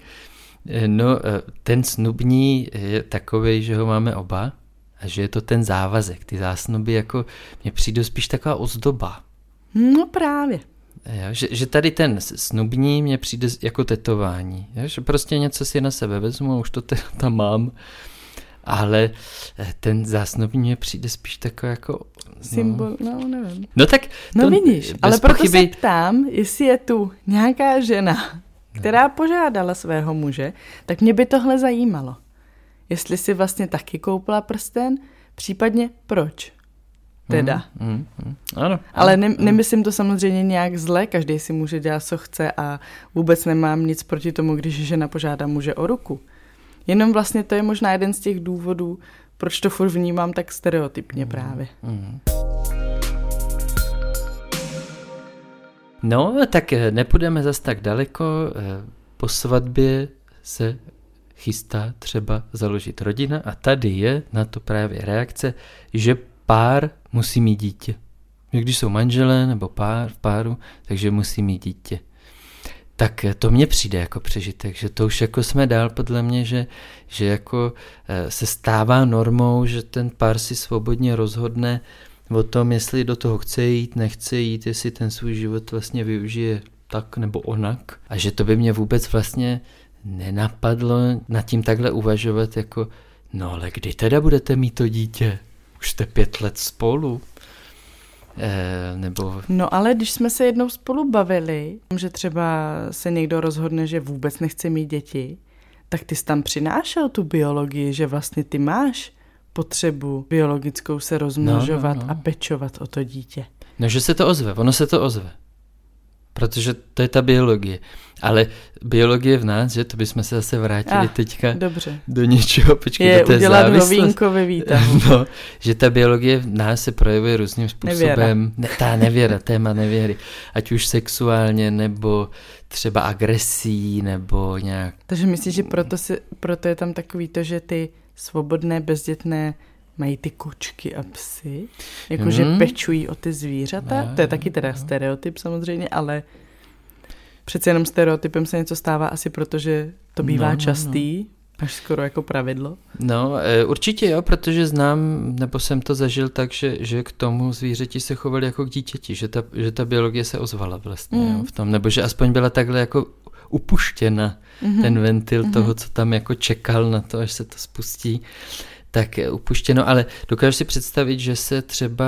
[SPEAKER 2] eh, no, eh, ten snubní je takovej, že ho máme oba a že je to ten závazek. Ty zásnuby jako, mně přijde spíš taková ozdoba.
[SPEAKER 1] No právě.
[SPEAKER 2] Jo, že, že tady ten snubní mně přijde jako tetování. Jo, že prostě něco si na sebe vezmu a už to teda tam mám. Ale eh, ten zásnubní mně přijde spíš takový jako...
[SPEAKER 1] Symbol, no, no nevím.
[SPEAKER 2] No tak...
[SPEAKER 1] No
[SPEAKER 2] to
[SPEAKER 1] vidíš,
[SPEAKER 2] bez
[SPEAKER 1] ale proto
[SPEAKER 2] pochyby-
[SPEAKER 1] se ptám, jestli je tu nějaká žena, která požádala svého muže, tak mě by tohle zajímalo. Jestli si vlastně taky koupila prsten, případně proč. Teda.
[SPEAKER 2] Mm, mm, mm. Ano.
[SPEAKER 1] Ale
[SPEAKER 2] ano,
[SPEAKER 1] ne,
[SPEAKER 2] ano.
[SPEAKER 1] nemyslím to samozřejmě nějak zle, každý si může dělat, co chce a vůbec nemám nic proti tomu, když žena požádá muže o ruku. Jenom vlastně to je možná jeden z těch důvodů, proč to furt vnímám tak stereotypně právě.
[SPEAKER 2] Mm. No, tak eh, nepůjdeme zas tak daleko. eh, Po svatbě se chystá třeba založit rodina a tady je na to právě reakce, že pár musí mít dítě. Když jsou manželé nebo pár v páru, takže musí mít dítě. Tak to mně přijde jako přežitek, že to už jako jsme dál podle mě, že, že jako se stává normou, že ten pár si svobodně rozhodne o tom, jestli do toho chce jít, nechce jít, jestli ten svůj život vlastně využije tak nebo onak. A že to by mě vůbec vlastně nenapadlo nad tím takhle uvažovat jako, no ale kdy teda budete mít to dítě? Už jste pět let spolu. Eh, nebo...
[SPEAKER 1] No ale když jsme se jednou spolu bavili, že třeba se někdo rozhodne, že vůbec nechce mít děti, tak ty jsi tam přinášel tu biologii, že vlastně ty máš potřebu biologickou se rozmnožovat
[SPEAKER 2] no, no, no.
[SPEAKER 1] a pečovat o to dítě.
[SPEAKER 2] No, že se to ozve, ono se to ozve. Protože to je ta biologie. Ale biologie v nás, že to bychom se zase vrátili ah, teďka
[SPEAKER 1] dobře.
[SPEAKER 2] do něčeho, počkej,
[SPEAKER 1] je
[SPEAKER 2] do té
[SPEAKER 1] udělat
[SPEAKER 2] závislosti.
[SPEAKER 1] hovínko ve výtahu.
[SPEAKER 2] No, že ta biologie v nás se projevuje různým způsobem. Ne, ta nevěra, téma nevěry. Ať už sexuálně, nebo třeba agresí, nebo nějak...
[SPEAKER 1] Takže myslíš, že proto, si, proto je tam takový to, že ty svobodné, bezdětné mají ty kočky a psy? Jakože hmm. pečují o ty zvířata?
[SPEAKER 2] No,
[SPEAKER 1] to je taky teda no. stereotyp samozřejmě, ale přece jenom stereotypem se něco stává asi proto, že to bývá no, častý, no, no. až skoro jako pravidlo.
[SPEAKER 2] No, určitě jo, protože znám, nebo jsem to zažil tak, že, že k tomu zvířeti se chovali jako k dítěti, že ta, že ta biologie se ozvala vlastně mm. jo, v tom, nebo že aspoň byla takhle jako upuštěna mm-hmm. ten ventil mm-hmm. toho, co tam jako čekal na to, až se to spustí. Tak je upuštěno, ale dokážu si představit, že se třeba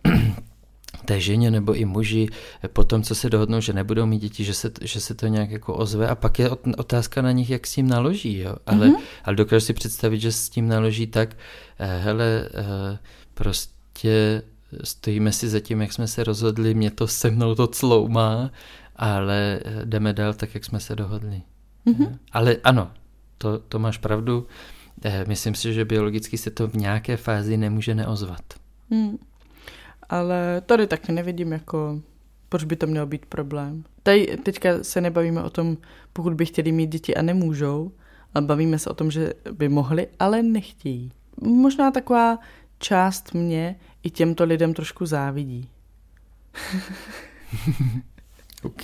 [SPEAKER 2] té ženě nebo i muži po tom, co se dohodnou, že nebudou mít děti, že se, že se to nějak jako ozve a pak je otázka na nich, jak s tím naloží, jo. Ale, mm-hmm. ale dokážu si představit, že s tím naloží tak, eh, hele, eh, prostě stojíme si za tím, jak jsme se rozhodli, mě to se mnou to cloumá, ale jdeme dál tak, jak jsme se dohodli. Mm-hmm. Eh, ale ano, to, to máš pravdu. Myslím si, že biologicky se to v nějaké fázi nemůže neozvat.
[SPEAKER 1] Hmm. Ale tady taky nevidím jako Proč by to mělo být problém? Tady teďka se nebavíme o tom, pokud by chtěli mít děti a nemůžou, ale bavíme se o tom, že by mohli, ale nechtějí. Možná taková část mě i těmto lidem trošku závidí.
[SPEAKER 2] OK.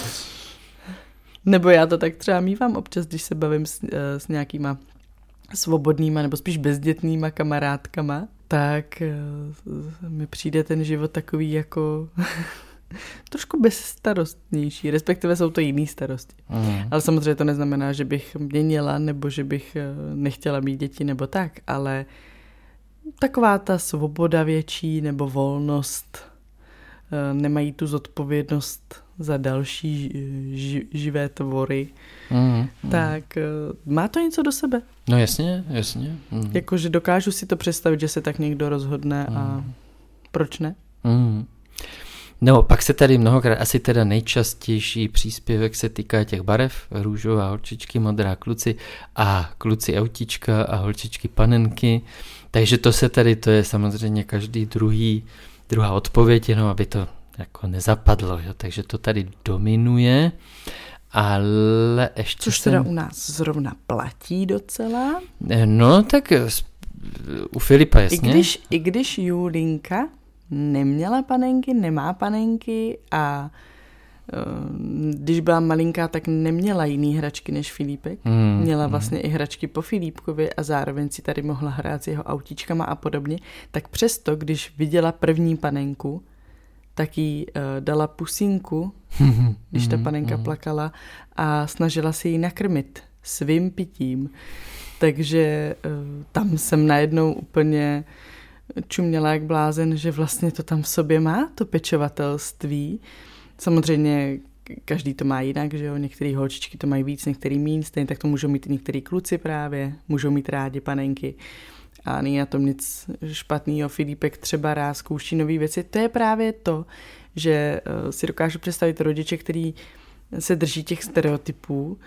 [SPEAKER 1] Nebo já to tak třeba mívám občas, když se bavím s, s nějakýma svobodnýma nebo spíš bezdětnýma kamarádkama, tak mi přijde ten život takový jako trošku bezstarostnější, respektive jsou to jiný starosti. Mm. Ale samozřejmě to neznamená, že bych měnila nebo že bych nechtěla mít děti nebo tak, ale taková ta svoboda větší nebo volnost, nemají tu zodpovědnost za další ži, živé tvory, mm. tak má to něco do sebe.
[SPEAKER 2] No jasně, jasně. Mm.
[SPEAKER 1] Jakože dokážu si to představit, že se tak někdo rozhodne mm. a proč ne?
[SPEAKER 2] Mm. No, pak se tady mnohokrát, asi teda nejčastější příspěvek se týká těch barev, růžová holčičky, modrá kluci a kluci autička a holčičky panenky, takže to se tady, to je samozřejmě každý druhý, druhá odpověď, jenom aby to jako nezapadlo, jo? Takže to tady dominuje, ale ještě
[SPEAKER 1] Což
[SPEAKER 2] jsem...
[SPEAKER 1] teda u nás zrovna platí docela.
[SPEAKER 2] No, tak u Filipa jasně.
[SPEAKER 1] I když, i když Julinka neměla panenky, nemá panenky a když byla malinká, tak neměla jiný hračky než Filipek. Hmm, měla vlastně hmm. i hračky po Filipkovi a zároveň si tady mohla hrát s jeho autíčkama a podobně. Tak přesto, když viděla první panenku, tak jí uh, dala pusinku, když ta panenka plakala a snažila se jí nakrmit svým pitím. Takže uh, tam jsem najednou úplně čuměla jak blázen, že vlastně to tam v sobě má, to pečovatelství. Samozřejmě každý to má jinak, že jo, některé holčičky to mají víc, některý míň, stejně tak to můžou mít i některý kluci právě, můžou mít rádi panenky a není na tom nic špatného. Filipek třeba rád zkouší nový věci. To je právě to, že uh, si dokážu představit rodiče, který se drží těch stereotypů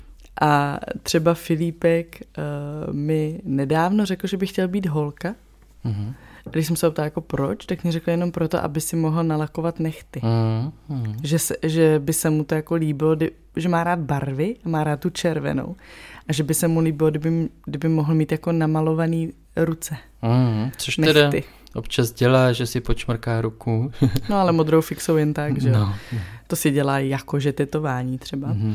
[SPEAKER 1] a třeba Filipek uh, mi nedávno řekl, že by chtěl být holka. Mm-hmm. Když jsem se optala jako proč, tak mi řekl jenom proto, aby si mohl nalakovat nehty. Mm-hmm. Že, se, že by se mu to jako líbilo, že má rád barvy, má rád tu červenou a že by se mu líbilo, kdyby, kdyby mohl mít jako namalovaný ruce.
[SPEAKER 2] Mm-hmm. Což nehty. Teda občas dělá, že si počmrká ruku.
[SPEAKER 1] No ale modrou fixou jen tak, že no. To si dělá jakože tetování třeba. Mm-hmm.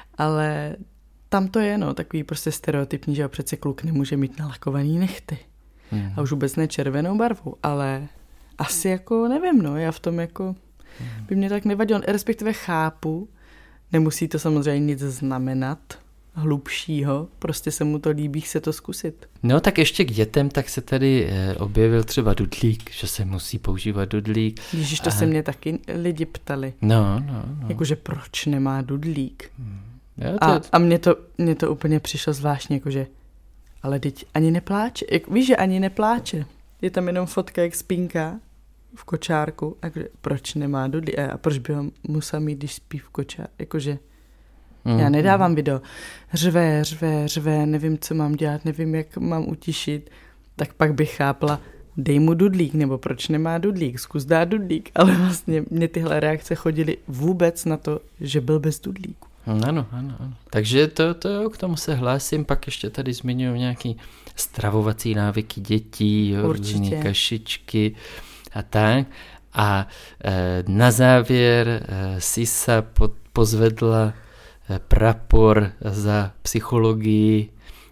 [SPEAKER 1] Ale tam to je no, takový prostě stereotypní, že přece kluk nemůže mít nalakovaný nehty. Hmm. A už vůbec ne červenou barvou, ale asi jako nevím, no, já v tom jako by mě tak nevadilo, respektive chápu, nemusí to samozřejmě nic znamenat hlubšího, prostě se mu to líbí, chce to zkusit.
[SPEAKER 2] No tak ještě k dětem, tak se tady eh, objevil třeba dudlík, že se musí používat dudlík.
[SPEAKER 1] Ježiš, to a... se mě taky lidi ptali.
[SPEAKER 2] No, no, no.
[SPEAKER 1] Jakože proč nemá dudlík?
[SPEAKER 2] Hmm. Jo, to...
[SPEAKER 1] A, a mně to, mně to úplně přišlo zvláštně, jakože ale teď ani nepláče. Jak, víš, že ani nepláče. Je tam jenom fotka, jak spínká v kočárku. A proč nemá dudlík? A proč by ho musel mít, když spí v kočárku? Jakože mm, já nedávám mm. video. Řve, řve, řve, nevím, co mám dělat, nevím, jak mám utišit. Tak pak bych chápla, dej mu dudlík, nebo proč nemá dudlík, zkus dát dudlík. Ale vlastně mě tyhle reakce chodily vůbec na to, že byl bez dudlíku.
[SPEAKER 2] Ano, ano, ano. Takže to, to k tomu se hlásím, pak ještě tady zmiňuji nějaký stravovací návyky dětí, různé kašičky a tak. A e, na závěr e, Sisa pod, pozvedla e, prapor za psychologii,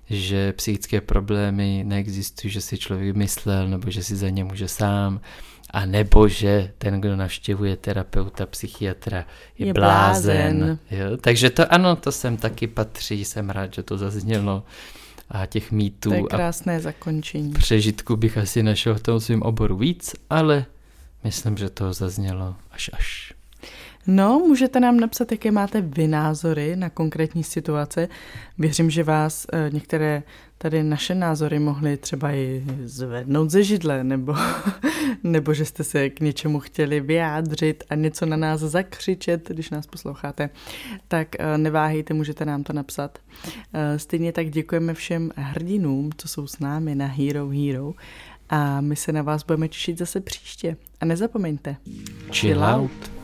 [SPEAKER 2] že psychické problémy neexistují, že si člověk myslel, nebo že si za ně může sám, a nebo že ten, kdo navštěvuje terapeuta, psychiatra, je, je blázen. blázen. Jo? Takže to ano, to sem taky patří, jsem rád, že to zaznělo. A těch mýtů
[SPEAKER 1] to je krásné a zakončení.
[SPEAKER 2] Přežitku bych asi našel v tom svým oboru víc, ale myslím, že to zaznělo až až.
[SPEAKER 1] No, můžete nám napsat, jaké máte vy názory na konkrétní situace. Věřím, že vás e, některé tady naše názory mohly třeba i zvednout ze židle, nebo, nebo že jste se k něčemu chtěli vyjádřit a něco na nás zakřičet, když nás posloucháte. Tak e, neváhejte, můžete nám to napsat. E, stejně tak děkujeme všem hrdinům, co jsou s námi na Hero Hero. A my se na vás budeme těšit zase příště. A nezapomeňte.
[SPEAKER 2] Chill out.